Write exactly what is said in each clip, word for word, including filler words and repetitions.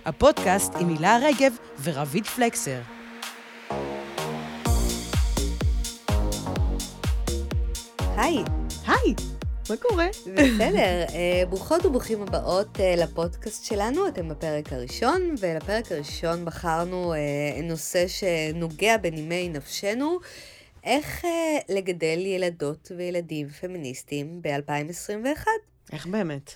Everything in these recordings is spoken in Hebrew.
הפודקאסט עם הילה רגב ורבית פלקסר. היי. היי, מה קורה? בסדר, ברוכות וברוכים הבאות לפודקאסט שלנו, אתם בפרק הראשון, ולפרק הראשון בחרנו נושא שנוגע בנימי נפשנו, איך לגדל ילדות וילדים פמיניסטיים ב-אלפיים עשרים ואחת. איך באמת?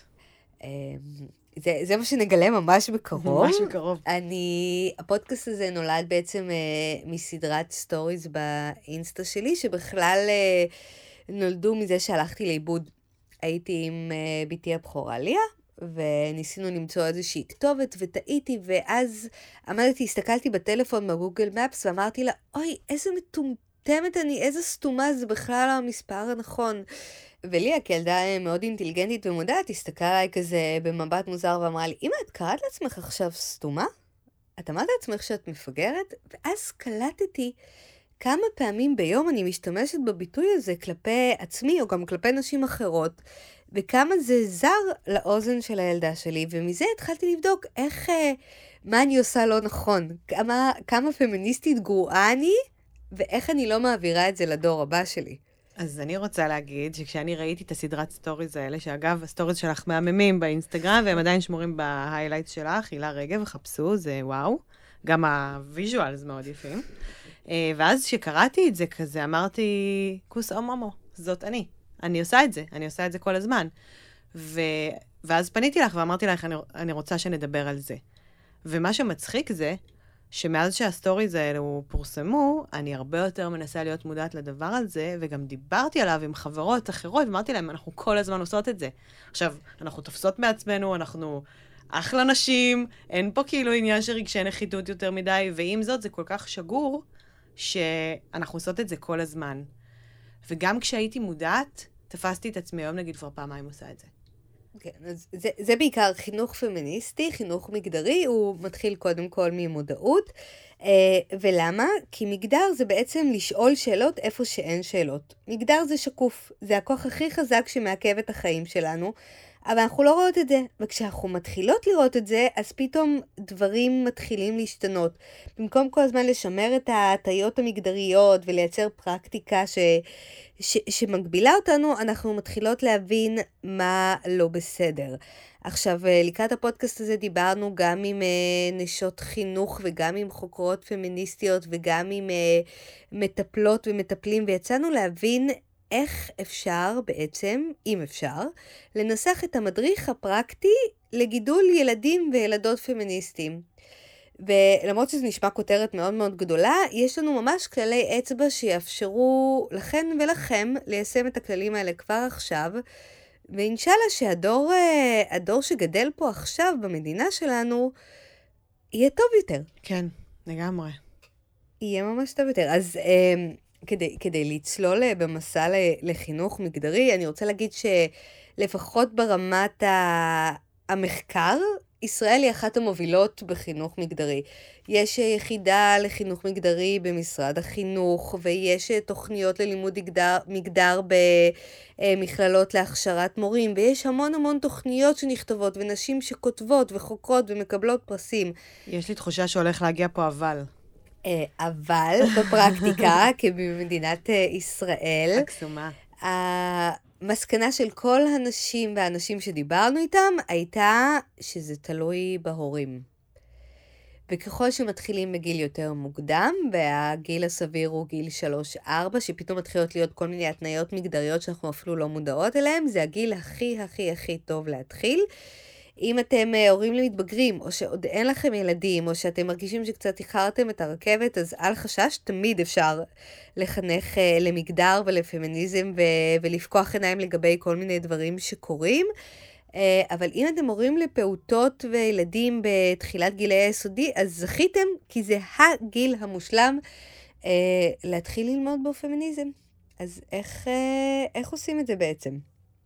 זה, זה מה שנגלה ממש בקרוב. ממש בקרוב. אני, הפודקאסט הזה נולד בעצם אה, מסדרת סטוריז באינסטה שלי, שבכלל אה, נולדו מזה שהלכתי לאיבוד. הייתי עם אה, ביתי הבכורה ליה, וניסינו למצוא איזושהי כתובת, וטעיתי, ואז עמדתי, הסתכלתי בטלפון בגוגל מפס, ואמרתי לה, אוי, איזה מטומטמת אני, איזה סתומה, זה בכלל לא המספר הנכון. וליה, כילדה מאוד אינטליגנטית ומודעת, הסתכלה עליי כזה במבט מוזר ואמרה לי, אמא, את קראת לעצמך עכשיו סתומה? את אמרת לעצמך שאת מפגרת? ואז קלטתי כמה פעמים ביום אני משתמשת בביטוי הזה כלפי עצמי או גם כלפי נשים אחרות, וכמה זה זר לאוזן של הילדה שלי, ומזה התחלתי לבדוק איך, מה אני עושה לא נכון, כמה, כמה פמיניסטית גרועה אני, ואיך אני לא מעבירה את זה לדור הבא שלי. אז אני רוצה להגיד שכשאני ראיתי את הסדרת סטוריז האלה, שאגב, הסטוריז שלך מהממים באינסטגרם, והם עדיין שמורים בהיילייטס שלך, הילה רגב, חפשו, זה וואו. גם הוויז'ואלס מאוד יפים. ואז שקראתי את זה כזה, אמרתי, כוס אוממו, זאת אני. אני עושה את זה, אני עושה את זה כל הזמן. ו... ואז פניתי לך ואמרתי לך, אני, אני רוצה שנדבר על זה. ומה שמצחיק זה, שמאז שהסטוריז האלו פורסמו, אני הרבה יותר מנסה להיות מודעת לדבר הזה, וגם דיברתי עליו עם חברות אחרות, ואמרתי להם, אנחנו כל הזמן עושות את זה. עכשיו, אנחנו תופסות מעצמנו, אנחנו אחלה נשים, אין פה כאילו עניין של רגשי נחיתות יותר מדי, ועם זאת זה כל כך שגור, שאנחנו עושות את זה כל הזמן. וגם כשהייתי מודעת, תפסתי את עצמי היום, נגיד כבר פעמיים עושה את זה. כן, אז זה, זה בעיקר חינוך פמיניסטי, חינוך מגדרי, הוא מתחיל קודם כל ממודעות. אה, ולמה? כי מגדר זה בעצם לשאול שאלות איפה שאין שאלות. מגדר זה שקוף, זה הכוח הכי חזק שמעכב את החיים שלנו, אבל אנחנו לא רואות את זה. וכשאנחנו מתחילות לראות את זה, אז פתאום דברים מתחילים להשתנות. במקום כל הזמן לשמר את ההטיות המגדריות ולייצר פרקטיקה ש... ש... שמגבילה אותנו, אנחנו מתחילות להבין מה לא בסדר. עכשיו, לקראת הפודקאסט הזה דיברנו גם עם uh, נשות חינוך וגם עם חוקרות פמיניסטיות וגם עם uh, מטפלות ומטפלים, ויצאנו להבין איך אפשר בעצם, אם אפשר, לנסח את המדריך הפרקטי לגידול ילדים וילדות פמיניסטיים. ולמרות שזה נשמע כותרת מאוד מאוד גדולה, יש לנו ממש כללי אצבע שיאפשרו לכן ולכם ליישם את הכללים האלה כבר עכשיו, ואינשאללה שהדור הדור שגדל פה עכשיו במדינה שלנו יהיה טוב יותר. כן, לגמרי. יהיה ממש טוב יותר. אז כדי, כדי לצלול במסע לחינוך מגדרי, אני רוצה להגיד שלפחות ברמת המחקר, ישראל היא אחת המובילות בחינוך מגדרי. יש יחידה לחינוך מגדרי במשרד החינוך, ויש תוכניות ללימוד מגדר, מגדר במכללות להכשרת מורים, ויש המון המון תוכניות שנכתובות, ונשים שכותבות וחוקרות ומקבלות פרסים. יש לי תחושה שהולך להגיע פה אבל. אבל בפרקטיקה, כבמדינת ישראל, הקסומה. המסקנה של כל הנשים והאנשים שדיברנו איתם הייתה שזה תלוי בהורים. וככל שמתחילים בגיל יותר מוקדם, והגיל הסביר הוא גיל שלוש ארבע, שפתאום מתחילות להיות כל מיני התניות מגדריות שאנחנו אפילו לא מודעות אליהם, זה הגיל הכי הכי הכי טוב להתחיל. אם אתם הורים למתבגרים, או שעוד אין לכם ילדים, או שאתם מרגישים שקצת איחרתם את הרכבת, אז אל חשש, תמיד אפשר לחנך למגדר ולפמיניזם, ו- ולפקוח עיניים לגבי כל מיני דברים שקורים. אבל אם אתם הורים לפעוטות וילדים בתחילת גילי היסודי, אז זכיתם, כי זה הגיל המושלם להתחיל ללמוד בפמיניזם. אז איך, איך עושים את זה בעצם?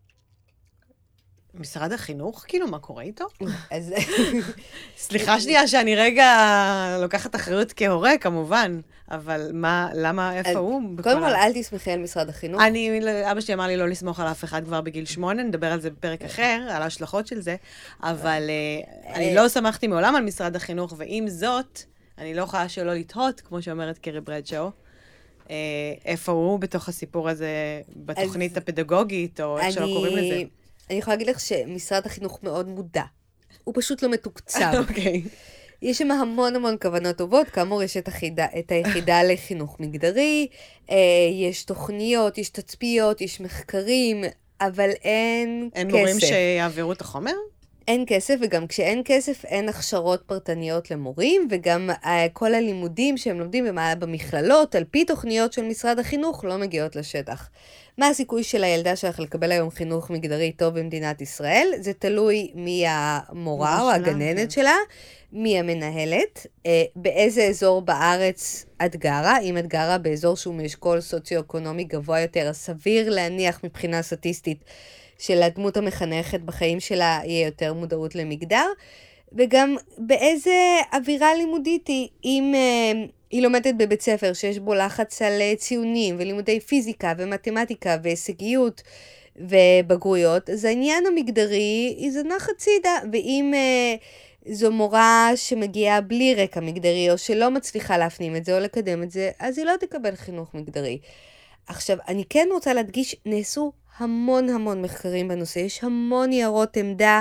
משרד החינוך, כאילו, מה קורה איתו? אז... סליחה שנייה שאני רגע לוקחת אחריות כהורה, כמובן. אבל מה, למה, איפה הוא? קודם כל, אל תסמכי על משרד החינוך. אני, אבא שלי אמר לי לא לסמוך על אף אחד כבר בגיל שמונה, נדבר על זה בפרק אחר, על ההשלכות של זה, אבל אני לא שמחתי מעולם על משרד החינוך, ועם זאת, אני לא יכולה שלא לתהות, כמו שאומרת קרי ברדשאו, איפה הוא בתוך הסיפור הזה, בתוכנית הפדגוגית, או איך שלא קוראים לזה. אני יכולה להגיד לך שמשרד החינוך מאוד מודע. הוא פשוט לא מתוקצב. אוקיי. יש שם המון המון כוונות טובות, כאמור יש את, החידה, את היחידה לחינוך מגדרי, יש תוכניות, יש תצפיות, יש מחקרים, אבל אין, אין כסף. אין מורים שיעבירו את החומר? אין כסף, וגם כשאין כסף אין הכשרות פרטניות למורים, וגם uh, כל הלימודים שהם לומדים במכללות, על פי תוכניות של משרד החינוך, לא מגיעות לשטח. מה הסיכוי של הילדה שלך לקבל היום חינוך מגדרי טוב במדינת ישראל? זה תלוי מי המורה או הגננת שלה, מי המנהלת, uh, באיזה אזור בארץ את גרה, אם את גרה באזור שהוא מאשכול סוציו-אקונומי גבוה יותר, סביר להניח מבחינה סטטיסטית, שלדמות המחנכת בחיים שלה יהיה יותר מודעות למגדר, וגם באיזה אווירה לימודית היא, אם אה, היא לומדת בבית ספר שיש בו לחץ על ציונים ולימודי פיזיקה ומתמטיקה והישגיות ובגרויות, אז העניין המגדרי יזנח הצידה, ואם אה, זו מורה שמגיעה בלי רקע מגדרי או שלא מצליחה להפנים את זה או לקדם את זה, אז היא לא תקבל חינוך מגדרי. עכשיו, אני כן רוצה להדגיש, נעשו המון המון מחקרים בנושא, יש המון ניירות עמדה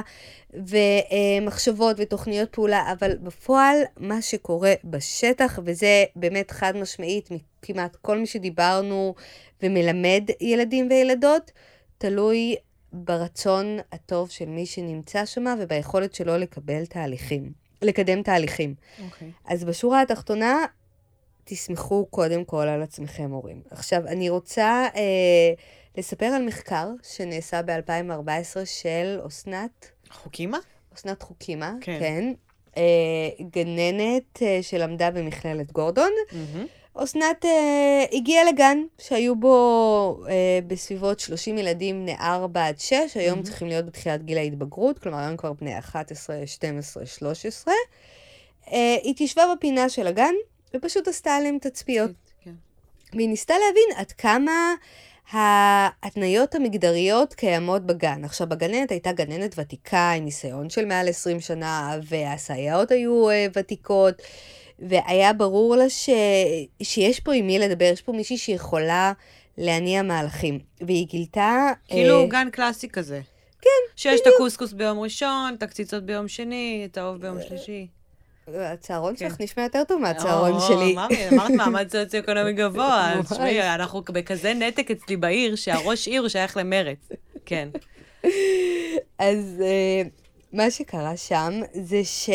ומחשבות ותוכניות פעולה, אבל בפועל מה שקורה בשטח, וזה באמת חד משמעית מכמעט כל מי שדיברנו ומלמד ילדים וילדות, תלוי ברצון הטוב של מי שנמצא שמה וביכולת שלו לקבל תהליכים, לקדם תהליכים. אוקיי. אז בשורה התחתונה, תסמכו קודם כל על עצמכם הורים. עכשיו, אני רוצה אה, לספר על מחקר שנעשה ב-אלפיים וארבע עשרה של אסנת. חוקימה? אסנת חוקימה, כן. כן. אה, גננת אה, שלמדה במכללת גורדון. Mm-hmm. אסנת אה, הגיעה לגן שהיו בו אה, בסביבות שלושים ילדים בני ארבע עד שש, היום mm-hmm. צריכים להיות בתחילת גיל ההתבגרות, כלומר היום כבר בני אחת עשרה, שתים עשרה, שלוש עשרה. אה, היא תשבה בפינה של הגן, ופשוט עשתה עליהם תצפיות. כן. והיא ניסתה להבין עד כמה ההתניות המגדריות קיימות בגן. עכשיו, הגננת הייתה גננת ותיקה, עם ניסיון של מעל עשרים שנה, והסייעות היו uh, ותיקות, והיה ברור לה ש... שיש פה עם מי לדבר, יש פה מישהי שיכולה להניע מהלכים. והיא גילתה... כאילו uh, גן קלאסי כזה. כן. שיש את הקוסקוס ביום ראשון, את הקציצות ביום שני, את האוב ביום שלישי. הצהרון שלך נשמע יותר טוב מהצהרון שלי. אמרת מעמד סוציו-אקונומי גבוה, תשמעי, אנחנו בכזה נתק אצלי בעיר, שהראש עיר הוא שייך למרץ. כן. אז מה שקרה שם זה שהיא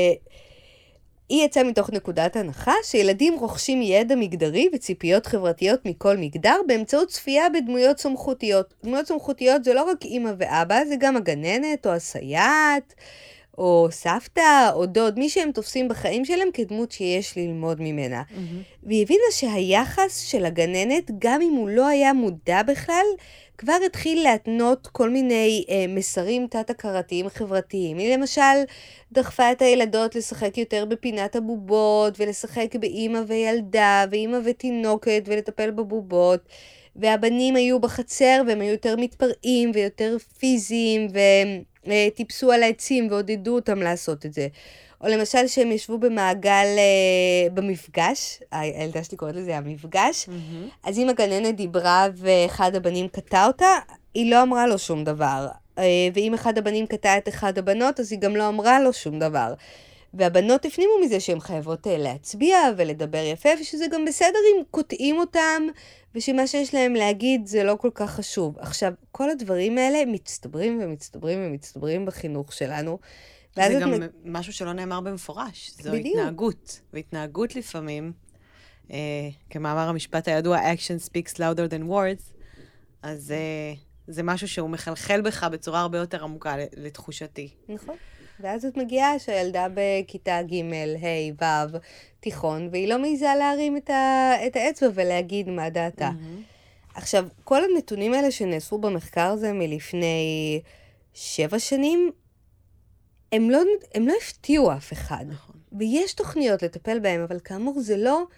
יצאה מתוך נקודת הנחה שילדים רוכשים ידע מגדרי וציפיות חברתיות מכל מגדר באמצעות צפייה בדמויות סמכותיות. דמויות סמכותיות זה לא רק אמא ואבא, זה גם הגננת או הסייעת, או סבתא, או דוד, מי שהם תופסים בחיים שלהם כדמות שיש ללמוד ממנה. Mm-hmm. והיא הבינה שהיחס של הגננת, גם אם הוא לא היה מודע בכלל, כבר התחיל להתנות כל מיני אה, מסרים תת-הכרתיים חברתיים. היא למשל דחפה את הילדות לשחק יותר בפינת הבובות, ולשחק באמא וילדה, ואמא ותינוקת, ולטפל בבובות. והבנים היו בחצר, והם היו יותר מתפרעים, ויותר פיזיים, והם טיפסו על העצים ועודדו אותם לעשות את זה. או למשל שהם ישבו במעגל, במפגש, הילדה שלי קוראת לזה המפגש, mm-hmm. אז אם הגננת דיברה ואחד הבנים קטע אותה, היא לא אמרה לו שום דבר. ואם אחד הבנים קטע את אחד הבנות, אז היא גם לא אמרה לו שום דבר. והבנות הפנימו מזה שהן חייבות להצביע ולדבר יפה, ושזה גם בסדר אם קוטעים אותם, ושמה שיש להם להגיד זה לא כל כך חשוב. עכשיו, כל הדברים האלה מצטברים ומצטברים ומצטברים בחינוך שלנו. זה גם מ... משהו שלא נאמר במפורש. זו בדיוק. התנהגות. והתנהגות לפעמים, אה, כמאמר המשפט הידוע, action speaks louder than words, אז אה, זה משהו שהוא מחלחל בך בצורה הרבה יותר עמוקה לתחושתי. נכון. ואז את מגיעה שהילדה בכיתה ג', ה', ו', תיכון, והיא לא מעיזה להרים את, ה... את האצבע ולהגיד מה דעתה. Mm-hmm. עכשיו, כל הנתונים האלה שנאספו במחקר הזה מלפני שבע שנים, הם לא, הם לא הפתיעו אף אחד. נכון. ויש תוכניות לטפל בהם, אבל כאמור זה לא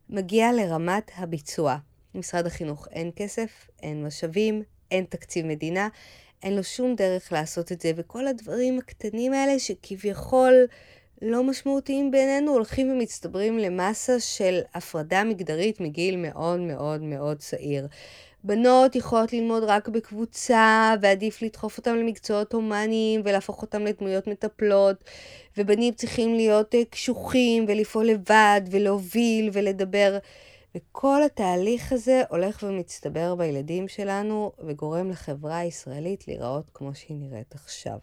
מגיע לרמת הביצוע. משרד החינוך אין כסף, אין משאבים, אין תקציב מדינה, אין לו שום דרך לעשות את זה, וכל הדברים הקטנים האלה שכביכול לא משמעותיים בינינו, הולכים ומצטברים למסה של הפרדה מגדרית מגיל מאוד מאוד מאוד צעיר. בנות יכולות ללמוד רק בקבוצה, ועדיף לדחוף אותם למקצועות הומניים, ולהפוך אותם לדמויות מטפלות, ובנים צריכים להיות קשוחים, ולפעול לבד, ולהוביל, ולדבר. וכל התהליך הזה הולך ומצטבר בילדים שלנו, וגורם לחברה הישראלית להיראות כמו שהיא נראית עכשיו.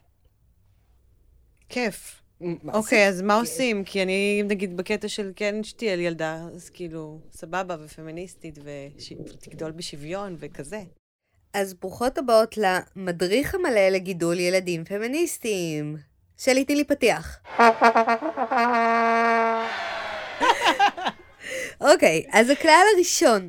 כיף. אוקיי, אז מה עושים? כי אני, נגיד, בקטע של כן שתהיה ילדה, אז כאילו, סבבה ופמיניסטית, ותגדול בשוויון וכזה. אז ברוכות הבאות למדריך המלא לגידול ילדים פמיניסטיים. שלי, תני לי פתיח. אוקיי, אז הכלל הראשון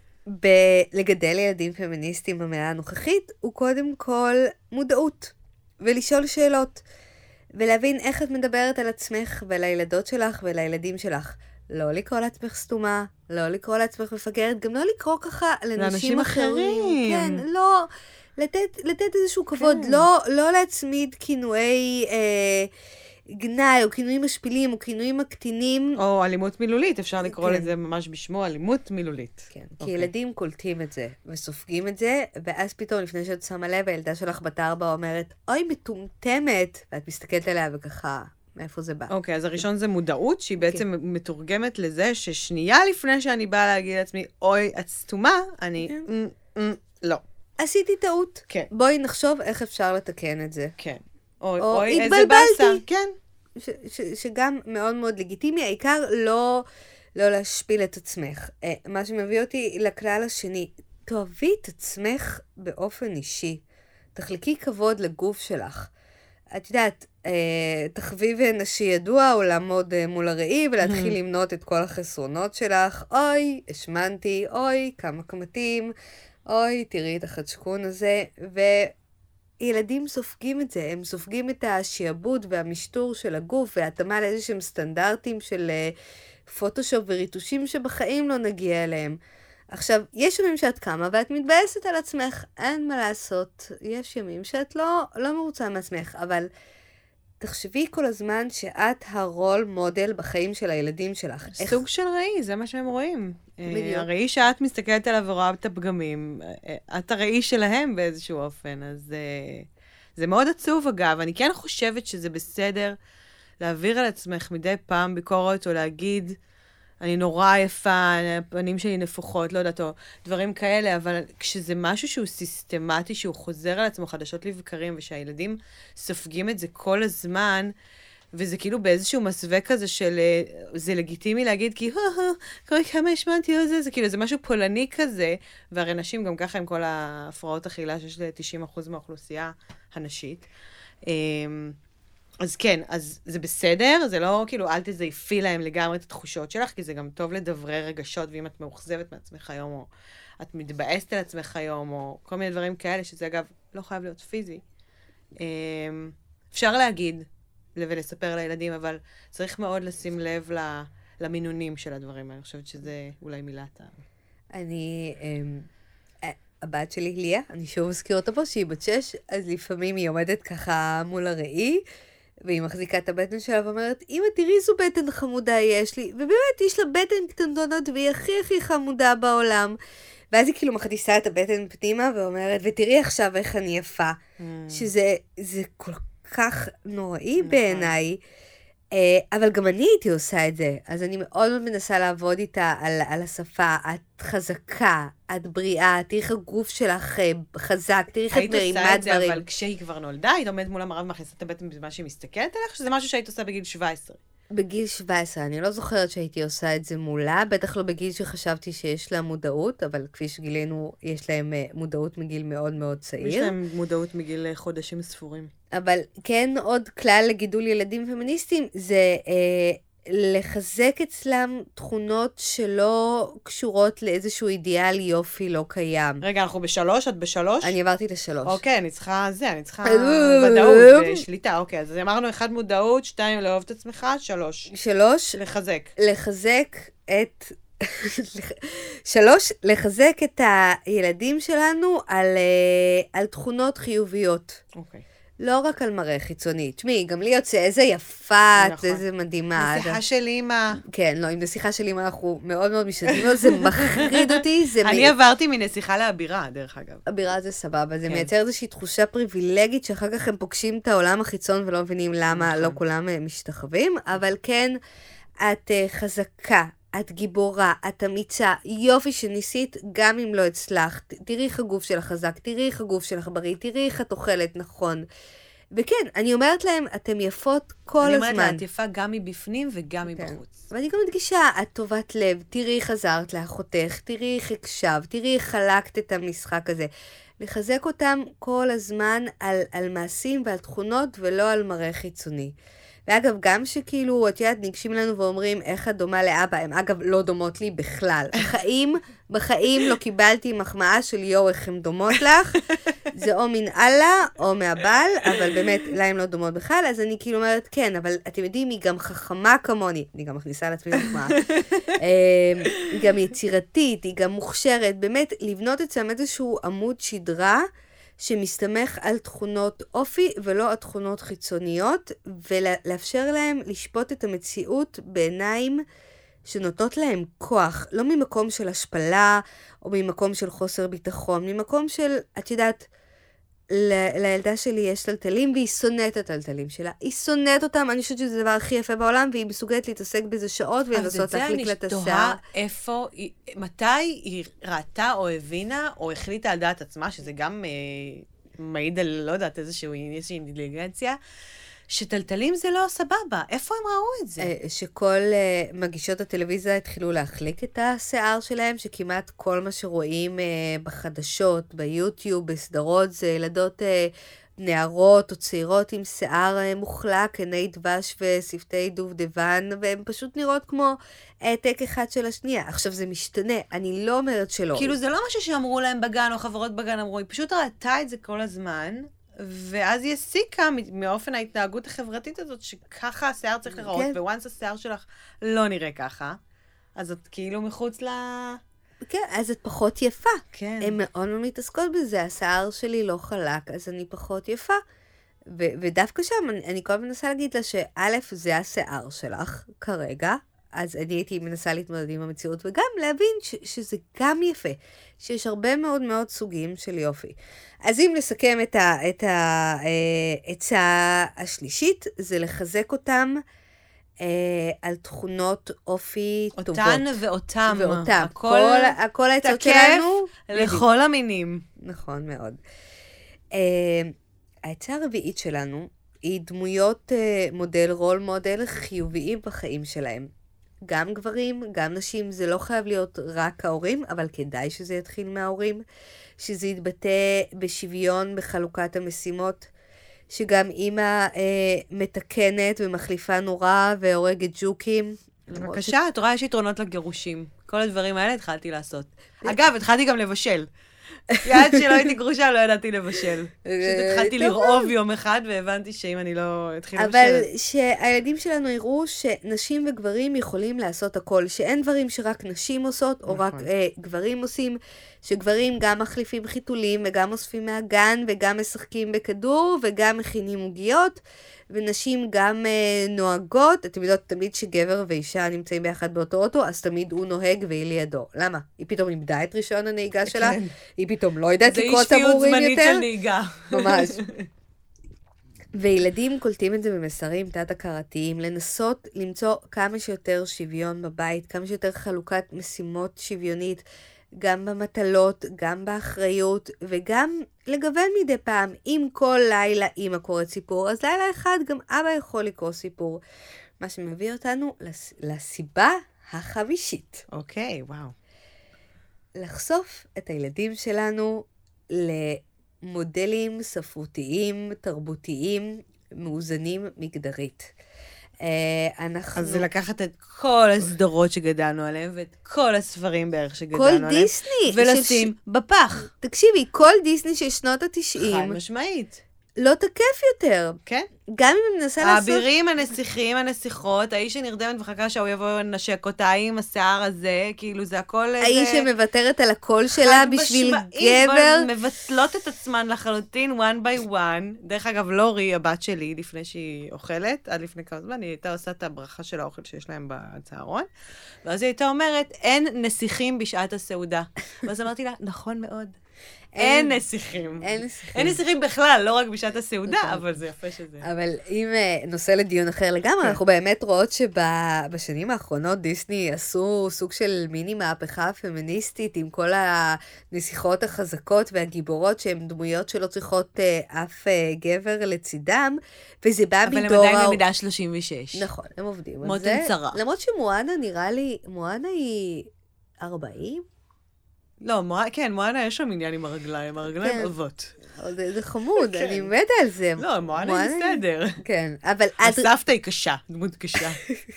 בלגדל ילדים פמיניסטיים במאה הנוכחית, הוא קודם כל מודעות, ולשאול שאלות. ולהבין איך את מדברת על עצמך ועל הילדות שלך ועל הילדים שלך. לא לקרוא לעצמך סתומה, לא לקרוא לעצמך מפגרת, גם לא לקרוא ככה לנשים אחרים. כן, לא, לתת, לתת איזשהו כבוד, כן. לא, לא להצמיד כינויי אה, גנאי, או כינויים משפילים, או כינויים מקטינים. או אלימות מילולית, אפשר לקרוא כן. לזה ממש בשמו, אלימות מילולית. כן, כי אוקיי. ילדים קולטים את זה, וסופגים את זה, ואז פתאום לפני שאת שמה לב, הילדה שלך בת ארבע אומרת, אוי, מטומטמת, ואת מסתכלת עליה וככה, מאיפה זה בא. אוקיי, אז הראשון זה מודעות, שהיא בעצם okay. מתורגמת לזה, ששנייה לפני שאני באה להגיד לעצמי, אוי, את סתומה, אני, okay. mm, mm, לא. עשיתי טעות. כן. Okay. בואי נחשוב איך אפשר לתקן את זה. כן. Okay. או, או איזה באסה. כן. ש, ש, שגם מאוד מאוד לגיטימי, העיקר לא, לא להשפיל את עצמך. מה שמביא אותי לכלל השני, תאהבי את עצמך באופן אישי. תחלקי כבוד לגוף שלך. את יודעת, תחביב נשי ידוע הוא לעמוד מול הראי ולהתחיל למנות את כל החסרונות שלך. אוי, השמנתי, אוי, כמה קמטים, אוי, תראי את החדשקון הזה, ו... ילדים סופגים את זה, הם סופגים את השעבוד והמשטור של הגוף, והתאמה לאיזשהם סטנדרטים של פוטושופ וריטושים שבחיים לא נגיע אליהם. עכשיו, יש ימים שאת קמה ואת מתבאסת על עצמך, אין מה לעשות. יש ימים שאת לא, לא מרוצה מעצמך, אבל תחשבי כל הזמן שאת הרול מודל בחיים של הילדים שלך. סוג איך... של ראי, זה מה שהם רואים. בדיוק. הראי שאת מסתכלת עליו ורואה את הפגמים, את הראי שלהם באיזשהו אופן, אז זה מאוד עצוב אגב. אני כן חושבת שזה בסדר להעביר על עצמך מדי פעם ביקורת, או להגיד, אני נורא יפה, הפנים שלי נפוחות, לא יודעת, או דברים כאלה, אבל כשזה משהו שהוא סיסטמטי, שהוא חוזר על עצמו חדשות לבקרים, ושהילדים סופגים את זה כל הזמן, וזה כאילו באיזשהו מסווה כזה של, זה לגיטימי להגיד, כי, קורא כמה השמנתי או זה, זה כאילו, זה משהו פולני כזה, והרי נשים גם ככה עם כל ההפרעות אכילה, שיש ל-תשעים אחוז מהאוכלוסייה הנשית. אז כן, אז זה בסדר, זה לא כאילו, אל תזייפי להם לגמרי את התחושות שלך, כי זה גם טוב לדברי רגשות, ואם את מאוכזבת מעצמך היום, או את מתבאסת על עצמך היום, או כל מיני דברים כאלה, שזה אגב לא חייב להיות פיזי. אפשר להגיד, ולספר לילדים, אבל צריך מאוד לשים לב למינונים של הדברים. אני חושבת שזה אולי מילת ה... אני... הבת שלי, ליה, אני שוב אזכיר אותה פה, שהיא בת שש, אז לפעמים היא עומדת ככה מול הראי, והיא מחזיקה את הבטן שלה ואומרת, אמא, תראי איזו בטן חמודה יש לי, ובאמת יש לה בטן קטנטונות, והיא הכי הכי חמודה בעולם. ואז היא כאילו מכניסה את הבטן פנימה ואומרת, ותראי עכשיו איך אני יפה. Mm. שזה זה כל כך נוראי בעיניי, אבל גם אני הייתי עושה את זה, אז אני מאוד מאוד מנסה לעבוד איתה על, על השפה. את חזקה, את בריאה, תראי איך הגוף שלך חזק, תראי איך את מרימה דברים. היית עושה את זה, אבל כשהיא כבר נולדה, היית עומדת מול המראה ומכניסה את הבטן במה שהיא מסתכלת עליך, שזה משהו שהיית עושה בגיל שבע עשרה? בגיל שבע עשרה, אני לא זוכרת שהייתי עושה את זה מולה, בטח לא בגיל שחשבתי שיש לה מודעות, אבל כפי שגילינו, יש להם מודעות מגיל מאוד מאוד צעיר. יש להם מודעות מגיל חודשים ספורים. אבל כן, עוד כלל לגידול ילדים פמיניסטיים, זה אה, לחזק אצלם תכונות שלא קשורות לאיזשהו אידיאל יופי לא קיים. רגע, אנחנו בשלוש? את בשלוש? אני עברתי לשלוש. אוקיי, אני צריכה זה, אני צריכה ודאות ושליטה. אוקיי, אז אמרנו אחד מודעות, שתיים לאהוב את עצמך, שלוש. שלוש. לחזק. לחזק את שלוש, לחזק את הילדים שלנו על, על תכונות חיוביות. אוקיי. לא רק על מראה חיצוני. תשמעי, גם לי יוצא איזה יפה, נכון. איזה מדהימה. נסיכה של אימא. כן, לא, עם נסיכה של אימא אנחנו מאוד מאוד משתדלים, זה מחריד אותי. זה אני מ... עברתי מנסיכה לאבירה, דרך אגב. אבירה זה סבבה, זה כן. מייצר איזושהי תחושה פריבילגית, שאחר כך הם פוגשים את העולם החיצון ולא מבינים למה נכון. לא כולם משתחווים, אבל כן, את uh, חזקה. את גיבורה, את אמיצה, יופי שניסית, גם אם לא הצלחת. תראי איך הגוף שלך חזק, תראי איך הגוף שלך בריא, תראי איך את אוכלת נכון. וכן, אני אומרת להם, אתן יפות כל אני הזמן. אומרת לה, את יפה גם מבפנים וגם כן. מבחוץ. ואני גם מדגישה, את טובת לב, תראי איך עזרת לאחותך, תראי איך הקשב, תראי איך חלקת את המשחק הזה. לחזק אותם כל הזמן על, על מעשים ועל תכונות ולא על מראה חיצוני. ואגב, גם שכאילו, את יודעת, ניגשים לנו ואומרים, איך את דומה לאבא, הם אגב לא דומות לי בכלל. בחיים, בחיים לא קיבלתי מחמאה של יו, איך הן דומות לך. זה או מן אללה, או מהבעל, אבל באמת, לה הן לא דומות בכלל, אז אני כאילו אומרת, כן, אבל אתם יודעים, היא גם חכמה כמוני, אני גם מכניסה לעצמי מחמאה. היא גם יצירתית, היא גם מוכשרת, באמת, לבנות אצלם איזשהו עמוד שדרה, שמסתמך על תכונות אופי ולא על תכונות חיצוניות, ולאפשר להם לשפוט את המציאות בעיניים שנותנות להם כוח, לא ממקום של השפלה, או ממקום של חוסר ביטחון, ממקום של, את יודעת, ל- לילדה שלי יש טלטלים, והיא שונאת את הטלטלים שלה. היא שונאת אותם, אני חושבת שזה הדבר הכי יפה בעולם, והיא מסוגלת להתעסק בזה שעות, ולנסות להחליק לה את השיער. אז את זה אני תוהה איפה, מתי היא ראתה או הבינה, או החליטה על דעת עצמה, שזה גם אה, מעיד על, לא יודעת, איזושהי אינטליגנציה, שטלטלים זה לא סבבה. איפה הם ראו את זה? שכל uh, מגישות הטלוויזיה התחילו להחליק את השיער שלהם, שכמעט כל מה שרואים uh, בחדשות, ביוטיוב, בסדרות, זה ילדות uh, נערות או צעירות עם שיער uh, מוחלק, עיני דבש ושפתי דובדבן, והן פשוט נראות כמו העתק אחד של השנייה. עכשיו זה משתנה, אני לא אומרת שלא. כאילו זה לא משהו שאמרו להם בגן, או חברות בגן אמרו, היא פשוט ראתה את זה כל הזמן, ואז היא הסיקה מאופן ההתנהגות החברתית הזאת, שככה השיער צריך לראות, כן. וואנס השיער שלך לא נראה ככה, אז את כאילו מחוץ ל... כן, אז את פחות יפה. כן. הן מאוד לא מתעסקות בזה, השיער שלי לא חלק, אז אני פחות יפה. ו- ודווקא שם, אני, אני כל מנסה להגיד לה שא' זה השיער שלך כרגע, אז אני הייתי מנסה להתמודד עם המציאות, וגם להבין ש- שזה גם יפה, שיש הרבה מאוד מאוד סוגים של יופי. אז אם נסכם את העצה השלישית, זה לחזק אותם אה, על תכונות אופי אותן טובות. אותן ואותם. ואותם. הכל, כל, הכל העצות שלנו. לכל המינים. נכון מאוד. אה, העצה הרביעית שלנו היא דמויות אה, מודל, רול מודל חיוביים בחיים שלהם. גם גברים, גם נשים, זה לא חייב להיות רק ההורים, אבל כדאי שזה יתחיל מההורים, שזה יתבטא בשוויון בחלוקת המשימות, שגם אימא אה, מתקנת ומחליפה נורא והורגת ג'וקים. בבקשה, את רואה, יש יתרונות לגירושים. כל הדברים האלה התחלתי לעשות. אגב, התחלתי גם לבשל. יעד שלא הייתי גרושה, לא ידעתי לבשל. פשוט התחלתי לרעוב יום אחד, והבנתי שאם אני לא אתחיל לבשל... אבל שהילדים שלנו יראו שנשים וגברים יכולים לעשות הכל, שאין דברים שרק נשים עושות, או רק גברים עושים, שגברים גם מחליפים חיתולים, וגם אוספים מהגן, וגם משחקים בכדור, וגם מכינים עוגיות, ונשים גם נוהגות. אתם יודעות, תמיד שגבר ואישה נמצאים ביחד באותו אוטו, אז תמיד הוא נוהג והיא לידו. למה? היא פתאום איבדה את רישיון הנהיגה שלה? היא פתאום לא יודעת לקרוא תמרורים יותר? זה אי שפיות זמנית של נהיגה. ממש. וילדים קולטים את זה במסרים תת-הכרתיים, לנסות למצוא כמה שיותר שוויון בבית, כמה שיותר חלוקת משימות שוויונית, גם במטלות, גם באחריות, וגם לגוון מדי פעם. אם כל לילה אמא קוראת סיפור, אז לילה אחד גם אבא יכול לקרוא סיפור. מה שמביא אותנו לס... לסיבה החמישית. אוקיי, וואו. לחשוף את הילדים שלנו למודלים ספרותיים, תרבותיים, מאוזנים מגדרית. אנחנו... אז זה לקחת את כל הסדרות שגדלנו עליהן, ואת כל הספרים בערך שגדלנו עליהם. כל דיסני. ולשים ש... בפח. תקשיבי, כל דיסני של שנות התשעים. חד משמעית. לא תקף יותר. כן. גם אם אני מנסה לעשות... האבירים, הנסיכים, הנסיכות, האיש שנרדמת וחכה שהוא יבוא לנשק אותה עם השיער הזה, כאילו זה הכל איזה... האיש שמוותרת על הקול שלה בשביל גבר. מבטלות את עצמן לחלוטין, one by one. דרך אגב, לורי, הבת שלי, לפני שהיא אוכלת, עד לפני כמה זמן, היא הייתה עושה את הברכה של האוכל שיש להם בצהרון, ואז היא הייתה אומרת, אין נסיכים בשעת הסעודה. ואז אמרתי לה, נכון מאוד. אין נסיכים. אין נסיכים. אין נסיכים בכלל, לא רק בשעת הסעודה, אבל זה יפה שזה. אבל אם נושא לדיון אחר לגמרי, אנחנו באמת רואות שבשנים האחרונות דיסני עשו סוג של מיני מהפכה פמיניסטית, עם כל הנסיכות החזקות והגיבורות, שהן דמויות שלא צריכות אף גבר לצידם, וזה בא מדור... אבל הם עדיין במידה שלושים ושש. נכון, הם עובדים. מותן צרה. למרות שמואנה נראה לי, מואנה היא ארבעים? לא, כן, מואנה יש שם עניין עם הרגליים, הרגליים אובות. זה חמוד, אני מתה על זה. לא, מואנה היא בסדר. כן, אבל... הסבתא היא קשה, דמות קשה.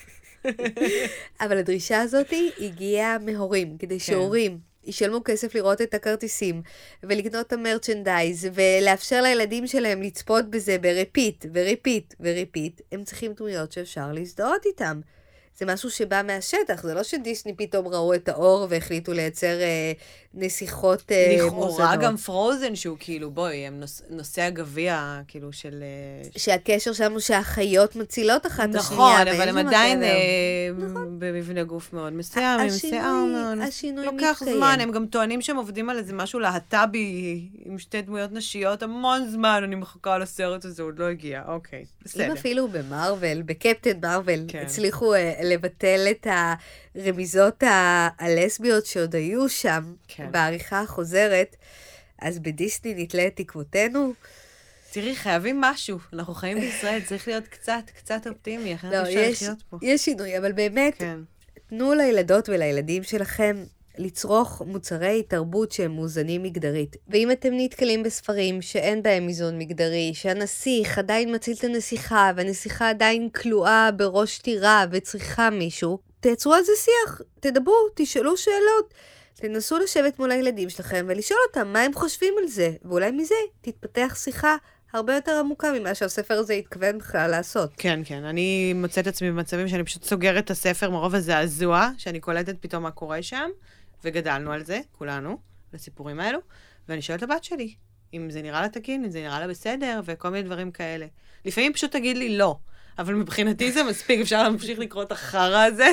אבל הדרישה הזאת הגיעה מהורים, כדי שהורים ישלמו כסף לראות את הכרטיסים, ולקנות את המרצ'נדייז, ולאפשר לילדים שלהם לצפות בזה בריפיט, וריפיט, וריפיט. הם צריכים דמויות שאפשר להזדהות איתם. זה משהו שבא מהשטח, זה לא שדיסני פתאום ראו את האור והחליטו לייצר אה, נסיכות אה, מוזנות. לכאורה גם פרוזן שהוא כאילו, בואי, הם נוס, נושא הגביע, כאילו של... שהקשר שם הוא שהחיות מצילות אחת נכון, השנייה. נכון, אבל הם עדיין אה, נכון. במבנה גוף מאוד מסוים, עם שיער מאוד. השינוי מתקיים. לוקח זמן, הם גם טוענים שהם עובדים על איזה משהו להט"בי, עם שתי דמויות נשיות, המון זמן, אני מחכה על הסרט הזה, עוד לא הגיע, אוקיי, בסדר. אם אפילו במרוול, בקפטן מרוול, כן. הצליחו... אה, לבטל את הרמיזות הלסביות שעוד היו שם, כן. בעריכה החוזרת, אז בדיסני נתלה את תקוותינו. תראי, חייבים משהו. אנחנו חיים בישראל, צריך להיות קצת, קצת אופטימי, אחרת לא, אפשר יש, לחיות פה. יש שינוי, אבל באמת, כן. תנו לילדות ולילדים שלכם לצרוך מוצרי תרבות שהם מאוזנים מגדרית. ואם אתם נתקלים בספרים שאין בהם איזון מגדרי, שהנסיך עדיין מציל את הנסיכה, והנסיכה עדיין כלואה בראש טירה וצריכה מישהו, תייצרו על זה שיח, תדברו, תשאלו שאלות, תנסו לשבת מול הילדים שלכם ולשאול אותם מה הם חושבים על זה, ואולי מזה תתפתח שיחה הרבה יותר עמוקה ממה שהספר הזה התכוון בכלל לעשות. כן, כן. אני מוצאת עצמי במצבים שאני פשוט סוגרת את הספר מרוב הזעזוע, שאני קולטת פתאום מה קורה שם, וגדלנו על זה, כולנו, לסיפורים האלו, ואני שואלת לבת שלי, אם זה נראה לה תקין, אם זה נראה לה בסדר, וכל מיני דברים כאלה. לפעמים פשוט תגיד לי לא, אבל מבחינתי זה מספיק, אפשר להמשיך לקרוא את החרא הזה,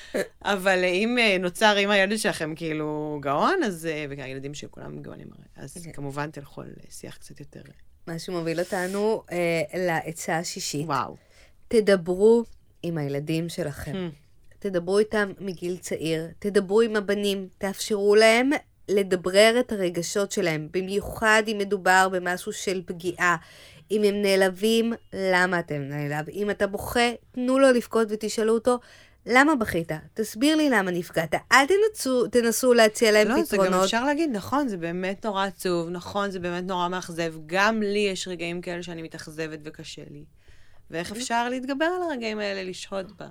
אבל אם נוצר עם הילד שלכם כאילו גאון, אז, והילדים של כולם גאונים, אז כמובן תלכו על שיח קצת יותר. מה שמוביל אותנו אה, לעצה השישית. וואו. תדברו עם הילדים שלכם. תדברו איתם מגיל צעיר, תדברו עם הבנים, תאפשרו להם לדברר את הרגשות שלהם, במיוחד אם מדובר במשהו של פגיעה. אם הם נעלבים, למה אתם נעלב? אם אתה בוכה, תנו לו לבכות ותשאלו אותו, למה בכית? תסביר לי למה נפגעת. אל תנסו, תנסו להציע להם לא, פתרונות. לא, זה גם אפשר להגיד, נכון, זה באמת נורא עצוב, נכון, זה באמת נורא מאכזב. גם לי יש רגעים כאלה שאני מתאכזבת וקשה לי. ואיך אפשר להתגבר על הרגעים האלה, לשהות בה?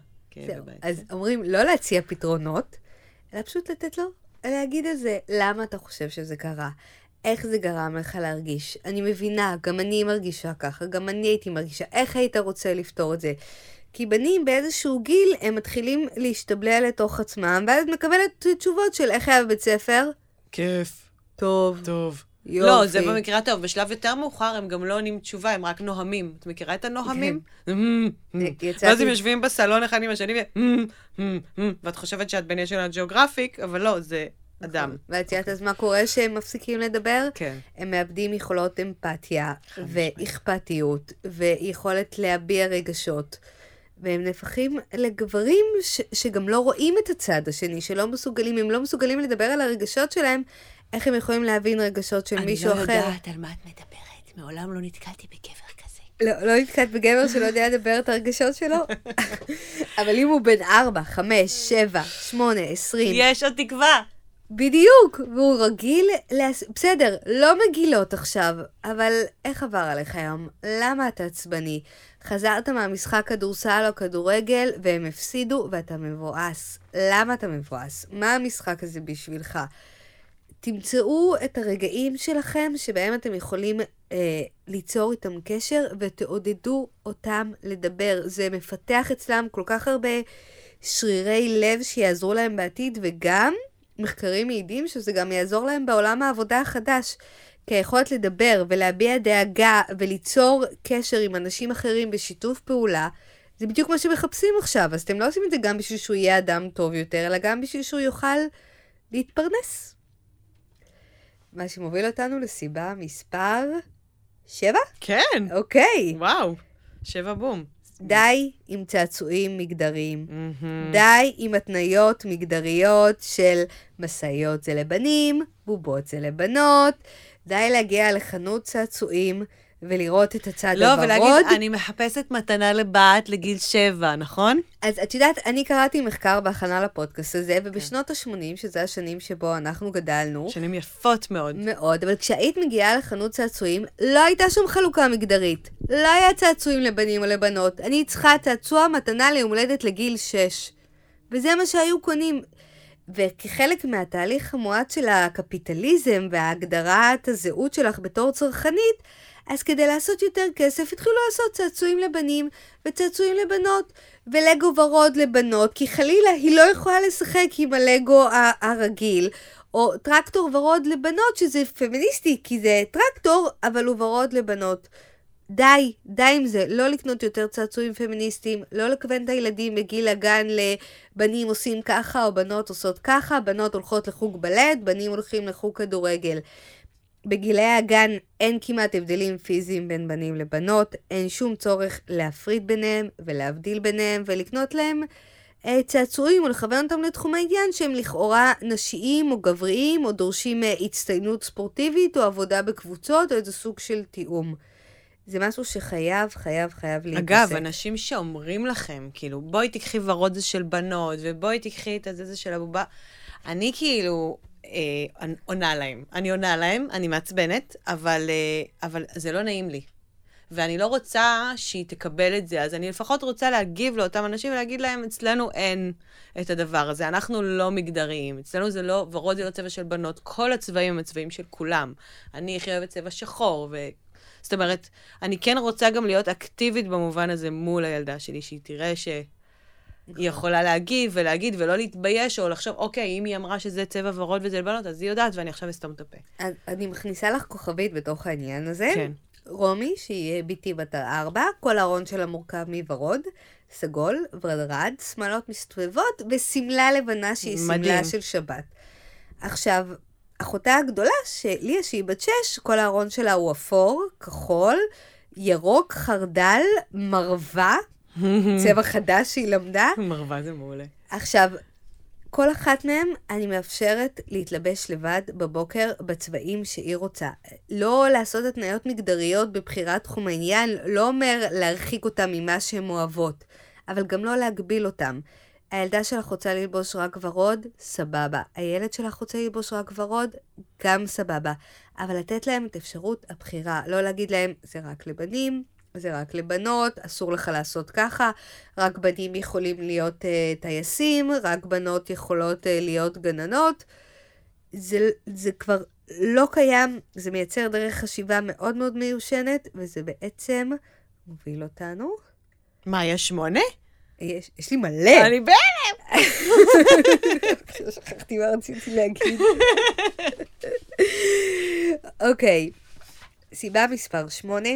אז אומרים, לא להציע פתרונות, אלא פשוט לתת לו, להגיד על זה, למה אתה חושב שזה קרה? איך זה גרם לך להרגיש? אני מבינה, גם אני מרגישה ככה, גם אני הייתי מרגישה, איך היית רוצה לפתור את זה? כי בנים באיזשהו גיל, הם מתחילים להשתבלל לתוך עצמם, ואז מקבלת תשובות של איך היה בבית ספר? כיף. טוב. טוב. יופי. לא, זה במקרה טוב. בשלב יותר מאוחר הם גם לא עונים תשובה, הם רק נוהמים. את מכירה את הנוהמים? ואז הם יושבים בסלון אחד עם השני, ואת חושבת שאת בן של הג'אוגרפיק, אבל לא, זה אדם. ואת יודעת אז מה קורה שהם מפסיקים לדבר? כן. הם מאבדים יכולות אמפתיה, ואכפתיות, ויכולת להביע רגשות. והם נהפכים לגברים ש- שגם לא רואים את הצד השני, שלא מסוגלים, הם לא מסוגלים לדבר על הרגשות שלהם, איך הם יכולים להבין רגשות של מישהו אחר. אני לא יודעת על מה את מדברת, מעולם לא נתקלתי בגבר כזה. לא, לא נתקלת בגבר שלא יודע לדבר את הרגשות שלו, אבל אם הוא בן ארבע, חמש, שבע, שמונה, עשרים. יש עוד תקווה. בדיוק, והוא רגיל, להס... בסדר, לא מגילות עכשיו, אבל איך עבר עליך היום? למה אתה עצבני? חזרת מהמשחק כדורסל או כדורגל, והם הפסידו ואתה מבואס. למה אתה מבואס? מה המשחק הזה בשבילך? תמצאו את הרגעים שלכם שבהם אתם יכולים אה, ליצור איתם קשר ותעודדו אותם לדבר. זה מפתח אצלם כל כך הרבה שרירי לב שיעזרו להם בעתיד, וגם מחקרים מעידים שזה גם יעזור להם בעולם העבודה החדש. כי היכולת לדבר ולהביע דאגה וליצור קשר עם אנשים אחרים בשיתוף פעולה, זה בדיוק מה שמחפשים עכשיו. אז אתם לא עושים את זה גם בשביל שהוא יהיה אדם טוב יותר, אלא גם בשביל שהוא יוכל להתפרנס. מה שמוביל אותנו לסיבה מספר שבע? כן. אוקיי. וואו, שבע בום. די עם צעצועים מגדריים. די עם התניות מגדריות של מסעיות זה לבנים, בובות זה לבנות. די להגיע לחנות צעצועים ולראות את הצד לא, הוורוד. לא, ולהגיד, אני מחפשת מתנה לבת לגיל שבע, נכון? אז את יודעת, אני קראתי מחקר בהכנה לפודקאסט הזה, ובשנות ה-שמונים, שזה השנים שבו אנחנו גדלנו. שנים יפות מאוד. מאוד, אבל כשהיית מגיעה לחנות צעצועים, לא הייתה שום חלוקה מגדרית. לא היה צעצועים לבנים או לבנות. אני צריכה צעצוע מתנה ליום הולדת לגיל שש. וזה מה שהיו קונים. וכחלק מהתהליך המועט של הקפיטליזם וההגדרת הזהות שלך בתור צרכנית, אז כדי לעשות יותר כסף, התחילו לעשות צעצועים לבנים וצעצועים לבנות, ולגו ורוד לבנות, כי חלילה היא לא יכולה לשחק עם הלגו הרגיל, או טרקטור ורוד לבנות, שזה פמיניסטי, כי זה טרקטור, אבל הוא ורוד לבנות. די, די עם זה, לא לקנות יותר צעצועים פמיניסטיים, לא לכוון את הילדים בגיל הגן לבנים עושים ככה, או בנות עושות ככה, בנות הולכות לחוג בלט, בנים הולכים לחוג כדורגל. בגילי הגן אין כמעט הבדלים פיזיים בין בנים לבנות, אין שום צורך להפריד ביניהם ולהבדיל ביניהם ולקנות להם אה, צעצועים או לכוון אותם לתחומי עניין שהם לכאורה נשיים או גבריים או דורשים אה, הצטיינות ספורטיבית או עבודה בקבוצות או איזה סוג של תיאום. זה משהו שחייב, חייב, חייב להתעסק. אגב, אנשים שאומרים לכם, כאילו, בואי תקחי ורוד זה של בנות ובואי תקחי את הזה של הבובה, אני כאילו... אה, עונה להם. אני עונה להם, אני מעצבנת, אבל, אה, אבל זה לא נעים לי. ואני לא רוצה שהיא תקבל את זה, אז אני לפחות רוצה להגיב לאותם אנשים ולהגיד להם, אצלנו אין את הדבר הזה, אנחנו לא מגדריים, אצלנו זה לא, ורוד זה לא צבע של בנות, כל הצבעים הם הצבעים של כולם. אני הכי אוהבת צבע שחור, ו... זאת אומרת, אני כן רוצה גם להיות אקטיבית במובן הזה מול הילדה שלי, שהיא תראה ש... היא יכולה להגיב ולהגיד ולא להתבייש, או לחשוב, אוקיי, אם היא אמרה שזה צבע ורוד וזה לבנות, אז היא יודעת, ואני עכשיו אסתום את הפה. אז אני מכניסה לך כוכבית בתוך העניין הזה. כן. רומי, שהיא ביתי בת ארבע, כל הארון שלה מורכב מוורוד, סגול, ורדרד, שמלות מסתובבות, וסמלה לבנה שהיא סמלה של שבת. עכשיו, אחותה הגדולה, שלי שהיא בת שש, כל הארון שלה הוא אפור, כחול, ירוק, חרדל, מרווה, צבע חדש שהיא למדה. מרווה זה מעולה. עכשיו, כל אחת מהם אני מאפשרת להתלבש לבד בבוקר בצבעים שהיא רוצה. לא לעשות התניות מגדריות בבחירת תחום העניין, לא אומר להרחיק אותם ממה שהן אוהבות, אבל גם לא להגביל אותם. הילדה שלך רוצה ללבוש רק ורוד, סבבה. הילד שלך רוצה ללבוש רק ורוד, גם סבבה. אבל לתת להם את אפשרות הבחירה, לא להגיד להם, זה רק לבנים, זה רק לבנות, אסור לך לעשות ככה, רק בנים יכולים להיות uh, טייסים, רק בנות יכולות uh, להיות גננות. זה, זה כבר לא קיים, זה מייצר דרך חשיבה מאוד מאוד מיושנת, וזה בעצם מוביל אותנו. מה, יש שמונה? יש, יש לי מלא. אני בהלם. שכחתי מה רציתי להגיד. אוקיי, סיבה מספר שמונה.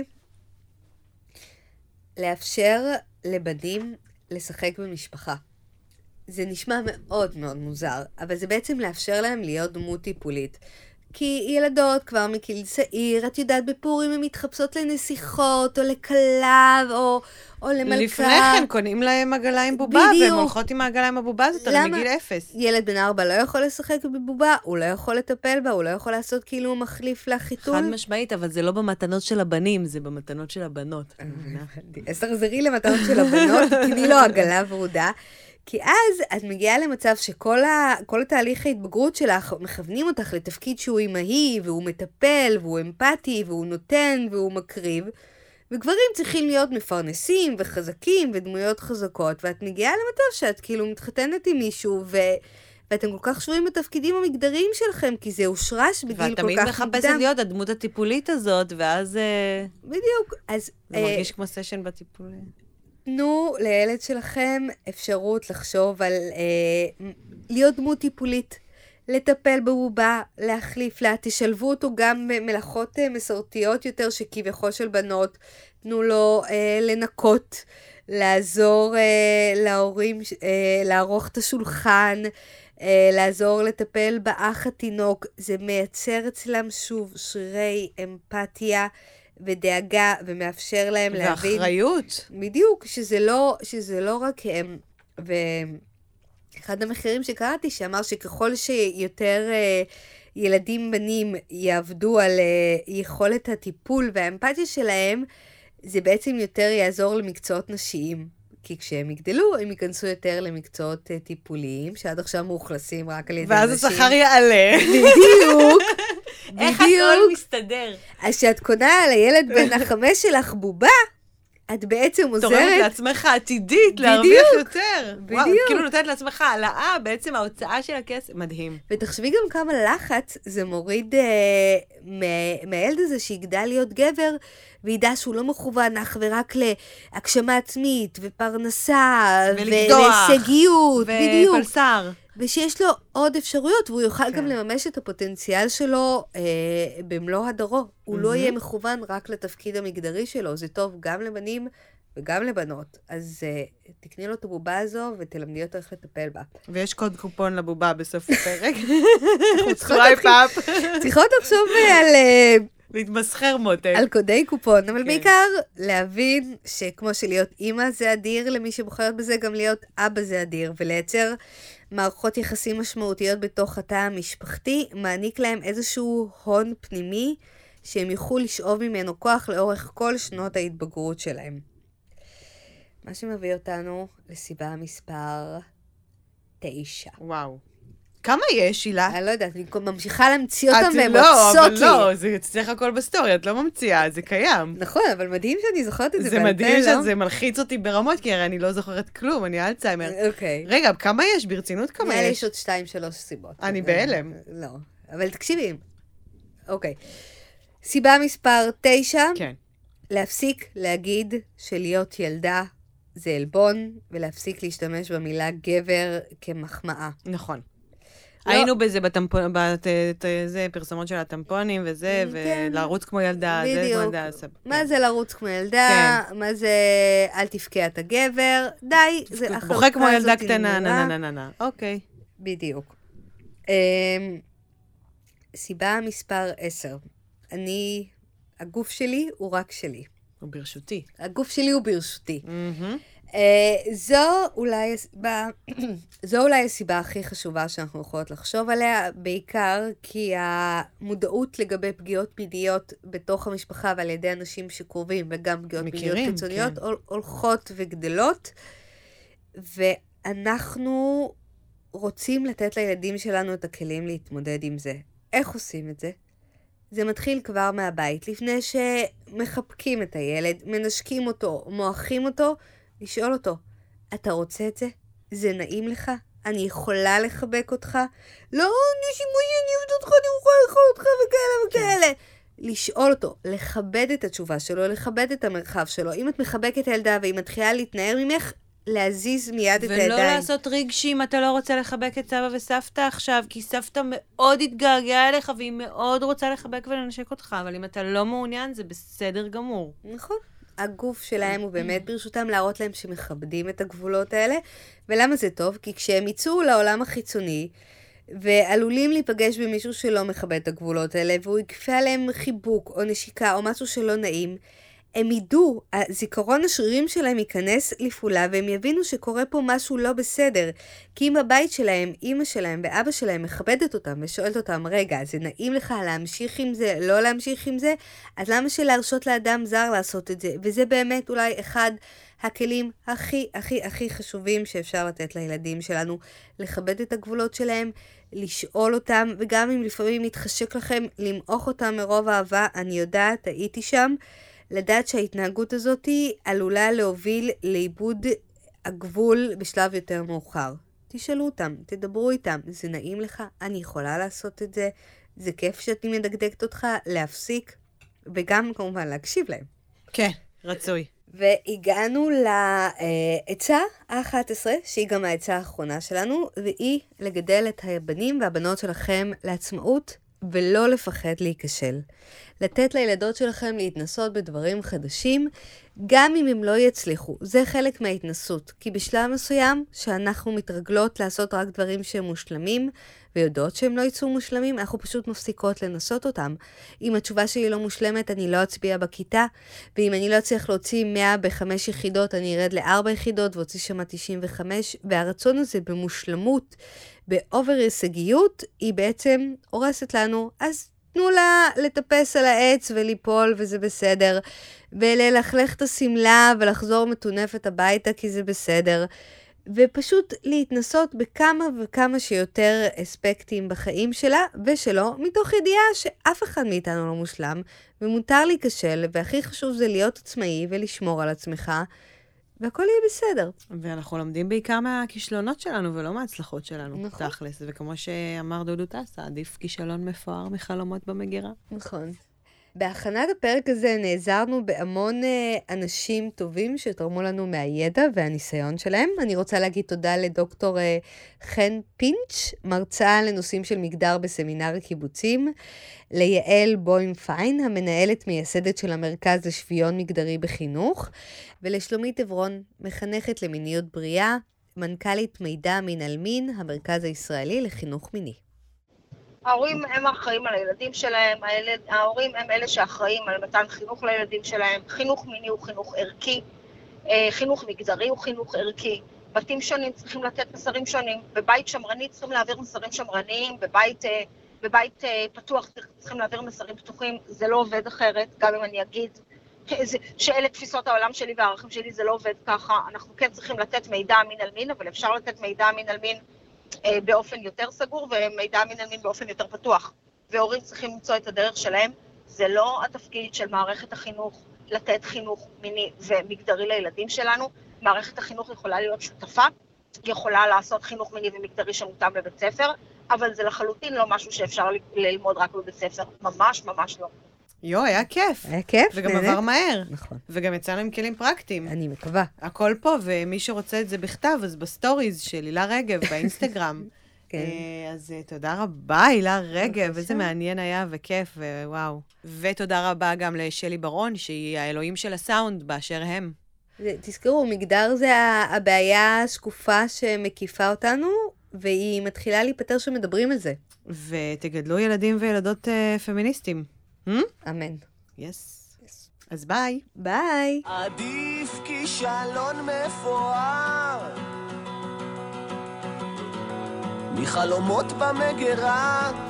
לאפשר לבנים לשחק במשפחה. זה נשמע מאוד מאוד מוזר, אבל זה בעצם לאפשר להם להיות דמות טיפולית. כי ילדות כבר מגיל צעיר, את יודעת, בפורים הן מתחפשות לנסיכות, או לכלב, או, או למלכה. לפני כן קונים להם עגלה עם בובה, והן הולכות עם העגלה עם הבובה הזאת, הרי מגיל אפס. ילד בן ארבע לא יכול לשחק בבובה, הוא לא יכול לטפל בה, הוא לא יכול לעשות כאילו הוא מחליף לה חיתול. חד משמעית, אבל זה לא במתנות של הבנים, זה במתנות של הבנות. אז תחזרי למתנות של הבנות, תקני לו עגלה ורודה. כי אז את מגיעה למצב שכל ה, כל התהליך ההתבגרות שלך מכוונים אותך לתפקיד שהוא אימהי, והוא מטפל, והוא אמפתי, והוא נותן, והוא מקריב, וגברים צריכים להיות מפרנסים וחזקים ודמויות חזקות, ואת מגיעה למצב שאת כאילו מתחתנת עם מישהו, ו, ואתם כל כך שבויים בתפקידים המגדריים שלכם, כי זה הושרש בגיל כל כך מוקדם. ואת תמיד מחפשת להיות הדמות הטיפולית הזאת, ואז... בדיוק. אז... זה מרגיש כמו סשן בטיפול. תנו לילד שלכם אפשרות לחשוב על אה, להיות דמות טיפולית, לטפל בבובה, להחליף לה, תשלבו אותו גם במלאכות אה, מסורתיות יותר שכביכול של בנות, תנו לו אה, לנקות, לעזור אה, להורים, אה, לערוך את השולחן, אה, לעזור לטפל באח התינוק, זה מייצר אצלם שוב שרירי אמפתיה, ודאגה, ומאפשר להם להבין... ואחריות. בדיוק, שזה לא, שזה לא רק הם. ואחד המחקרים שקראתי שאמר שככל שיותר uh, ילדים בנים יעבדו על uh, יכולת הטיפול והאמפתיה שלהם, זה בעצם יותר יעזור למקצועות נשיים. כי כשהם יגדלו, הם ייכנסו יותר למקצועות uh, טיפוליים, שעד עכשיו מאוכלסים רק על ידי ואז נשים. ואז השכר יעלה. בדיוק. איך הכל מסתדר? אז כשאת קונה לילד בן החמש שלך בובה, את בעצם עוזרת... תורמת לעצמך עתידית, להרוויח יותר. בדיוק. וואו, כאילו נותנת לעצמך העלאה, בעצם ההוצאה של הכסף, מדהים. ותחשבי גם כמה לחץ זה מוריד אה, מה, מהילד הזה שיגדל להיות גבר, וידע שהוא לא מכוון אך ורק להגשמה עצמית, ופרנסה, ולקדוח, ולהישגיות, בדיוק. ופלסר. ושיש לו עוד אפשרויות, והוא יוכל כן. גם לממש את הפוטנציאל שלו אה, במלוא הדרו. הוא mm-hmm. לא יהיה מכוון רק לתפקיד המגדרי שלו, זה טוב גם לבנים וגם לבנות. אז אה, תקני לו את הבובה הזו ותלמדי אותו איך לטפל בה. ויש קוד קופון לבובה בסוף הפרק. סווייפ אפ. צריכות לחשוב על... אה, להתמסחר מותק. על קודי קופון, אבל כן. בעיקר להבין שכמו שלהיות אימא זה אדיר למי שבוחרת בזה, גם להיות אבא זה אדיר, ולייצר מערכות יחסים משמעותיות בתוך התא המשפחתי, מעניק להם איזשהו הון פנימי, שהם יוכלו לשאוב ממנו כוח לאורך כל שנות ההתבגרות שלהם. מה שמביא אותנו לסיבה מספר תשע. וואו. כמה יש, הילה? אני לא יודעת, אני ממשיכה להמציא אותם והם לא, מוצאות אבל לי. לא, זה אצלך הכל בסטורי, את לא ממציאה, זה קיים. נכון, אבל מדהים שאני זוכרת את זה. זה מדהים שזה מלחיץ אותי ברמות, כי הרי אני לא זוכרת כלום, אני אלצהיימר. אוקיי. רגע, כמה יש? ברצינות כמה נראה לי יש? יש עוד שתיים, שלוש סיבות. אני בהלם. לא, אבל תקשיבי. אוקיי. סיבה מספר תשע, כן. להפסיק להגיד שלהיות ילדה זה עלבון, ולהפסיק להשתמש במילה גבר כמחמאה. נכון. היינו בזה בטמפון, זה פרסומות של הטמפונים וזה, ולרוץ כמו ילדה, זה כמו ילדה. מה זה לרוץ כמו ילדה? מה זה אל תפקע את הגבר? די, זה החלוקה הזאת. בוכה כמו ילדה קטנה, נה נה נה נה. אוקיי. בדיוק. סיבה מספר עשר. אני, הגוף שלי הוא רק שלי. הוא ברשותי. הגוף שלי הוא ברשותי. Uh, זו אולי הסיבה, זו אולי הסיבה הכי חשובה שאנחנו יכולות לחשוב עליה, בעיקר כי המודעות לגבי פגיעות מיניות בתוך המשפחה ועל ידי אנשים שקרובים, וגם פגיעות מיניות חיצוניות, כן. הולכות וגדלות, ואנחנו רוצים לתת לילדים שלנו את הכלים להתמודד עם זה. איך עושים את זה? זה מתחיל כבר מהבית, לפני שמחבקים את הילד, מנשקים אותו, מועכים אותו, לשאול אותו, אתה רוצה את זה? זה נעים לך? אני יכולה לחבק אותך? לא, אני שימוי, אני אוהבת אותך, אני יכולה לאכול אותך וכאלה וכאלה. לשאול אותו, לכבד את התשובה שלו, לכבד את המרחב שלו. אם את מחבקת ילדה והיא מתחילה להתנער ממך, להזיז מיד את הידיים. ולא לעשות רגשי אם אתה לא רוצה לחבק את סבא וסבתא עכשיו, כי סבתא מאוד התגעגעה אליך והיא מאוד רוצה לחבק ולנשק אותך, אבל אם אתה לא מעוניין זה בסדר גמור. נכון. הגוף שלהם הוא באמת ברשותם להראות להם שמכבדים את הגבולות האלה. ולמה זה טוב? כי כשהם יצאו לעולם החיצוני, ועלולים להיפגש במישהו שלא מכבד את הגבולות האלה, והוא יקפה עליהם חיבוק או נשיקה או משהו שלא נעים, הם ידעו, הזיכרון השרירים שלהם ייכנס לפעולה, והם יבינו שקורה פה משהו לא בסדר. כי אם הבית שלהם, אמא שלהם ואבא שלהם מכבדת אותם ושואלת אותם, רגע, זה נעים לך להמשיך עם זה, לא להמשיך עם זה? אז למה שלהרשות לאדם זר לעשות את זה? וזה באמת אולי אחד הכלים הכי, הכי, הכי חשובים שאפשר לתת לילדים שלנו, לכבד את הגבולות שלהם, לשאול אותם, וגם אם לפעמים מתחשק לכם, למעוך אותם מרוב אהבה, אני יודעת, הייתי שם, לדעת שההתנהגות הזאת עלולה להוביל לאיבוד הגבול בשלב יותר מאוחר. תשאלו אותם, תדברו איתם, זה נעים לך, אני יכולה לעשות את זה, זה כיף שאני מדקדקת אותך, להפסיק, וגם כמובן להקשיב להם. כן, רצוי. והגענו לעצה ה-אחת עשרה, שהיא גם העצה האחרונה שלנו, והיא לגדל את הבנים והבנות שלכם לעצמאות, ולא לפחד להיכשל. לתת לילדות שלכם להתנסות בדברים חדשים, גם אם הם לא יצליחו. זה חלק מההתנסות, כי בשלב מסוים שאנחנו מתרגלות לעשות רק דברים שהם מושלמים, ויודעות שהם לא יצאו מושלמים, אנחנו פשוט מפסיקות לנסות אותם. אם התשובה שלי לא מושלמת, אני לא אצביע בכיתה, ואם אני לא אצליח להוציא מאה בחמש יחידות, אני ארד לארבע יחידות, והוציא שם תשעים וחמש, והרצון הזה במושלמות, באובר הישגיות, היא בעצם הורסת לנו. אז תנו לה לטפס על העץ וליפול, וזה בסדר, וללכלך את הסמלה ולחזור מטונפת הביתה, כי זה בסדר. ופשוט להתנסות בכמה וכמה שיותר אספקטים בחיים שלה ושלו, מתוך ידיעה שאף אחד מאיתנו לא מושלם, ומותר להיכשל, והכי חשוב זה להיות עצמאי ולשמור על עצמך, והכל יהיה בסדר. ואנחנו לומדים בעיקר מהכישלונות שלנו ולא מההצלחות שלנו. נכון. תכלס, וכמו שאמר דודו טסה, עדיף כישלון מפואר מחלומות במגירה. נכון. בהכנת הפרק הזה נעזרנו בהמון אנשים טובים שתרמו לנו מהידע והניסיון שלהם. אני רוצה להגיד תודה לדוקטור חן פינץ', מרצה לנושאים של מגדר בסמינר קיבוצים, ליעל בוים פיין, המנהלת מייסדת של המרכז לשוויון מגדרי בחינוך, ולשלומית עברון, מחנכת למיניות בריאה, מנכ"לית מידע מין על מין, המרכז הישראלי לחינוך מיני. ההורים הם האחראים על הילדים שלהם, הילד, ההורים הם אלה שאחראים על מתן חינוך לילדים שלהם, חינוך מיני הוא חינוך ערכי, חינוך מגדרי הוא חינוך ערכי, בתים שונים צריכים לתת מסרים שונים, בבית שמרני צריכים להעביר מסרים שמרניים, בבית, בבית פתוח צריכים להעביר מסרים פתוחים, זה לא עובד אחרת, גם אם אני אגיד שאלה תפיסות העולם שלי והערכים שלי, זה לא עובד ככה, אנחנו כן צריכים לתת מידע מין על מין, אבל אפשר לתת מידע מין על מין, באופן יותר סגור ומידע מין על מין באופן יותר פתוח. והורים צריכים למצוא את הדרך שלהם. זה לא התפקיד של מערכת החינוך לתת חינוך מיני ומגדרי לילדים שלנו. מערכת החינוך יכולה להיות שותפה, יכולה לעשות חינוך מיני ומגדרי שמותאם לבית ספר, אבל זה לחלוטין לא משהו שאפשר ללמוד רק בבית ספר. ממש ממש לא. יו, היה כיף. היה כיף, וגם עבר מהר. נכון. וגם יצאנו עם כלים פרקטיים. אני מקווה. הכל פה, ומי שרוצה את זה בכתב, אז בסטוריז של הילה רגב, באינסטגרם. כן. אז תודה רבה, הילה רגב, איזה מעניין היה וכיף, ווואו. ותודה רבה גם לשלי ברון, שהיא האלוהים של הסאונד באשר הם. תזכרו, מגדר זה הבעיה השקופה שמקיפה אותנו, והיא מתחילה להיפטר שמדברים על זה. ותגדלו ילדים וילדות פמיניסטים. אמן. יס. אז ביי. ביי. עדיף כישלון מפואר מחלומות במגירה.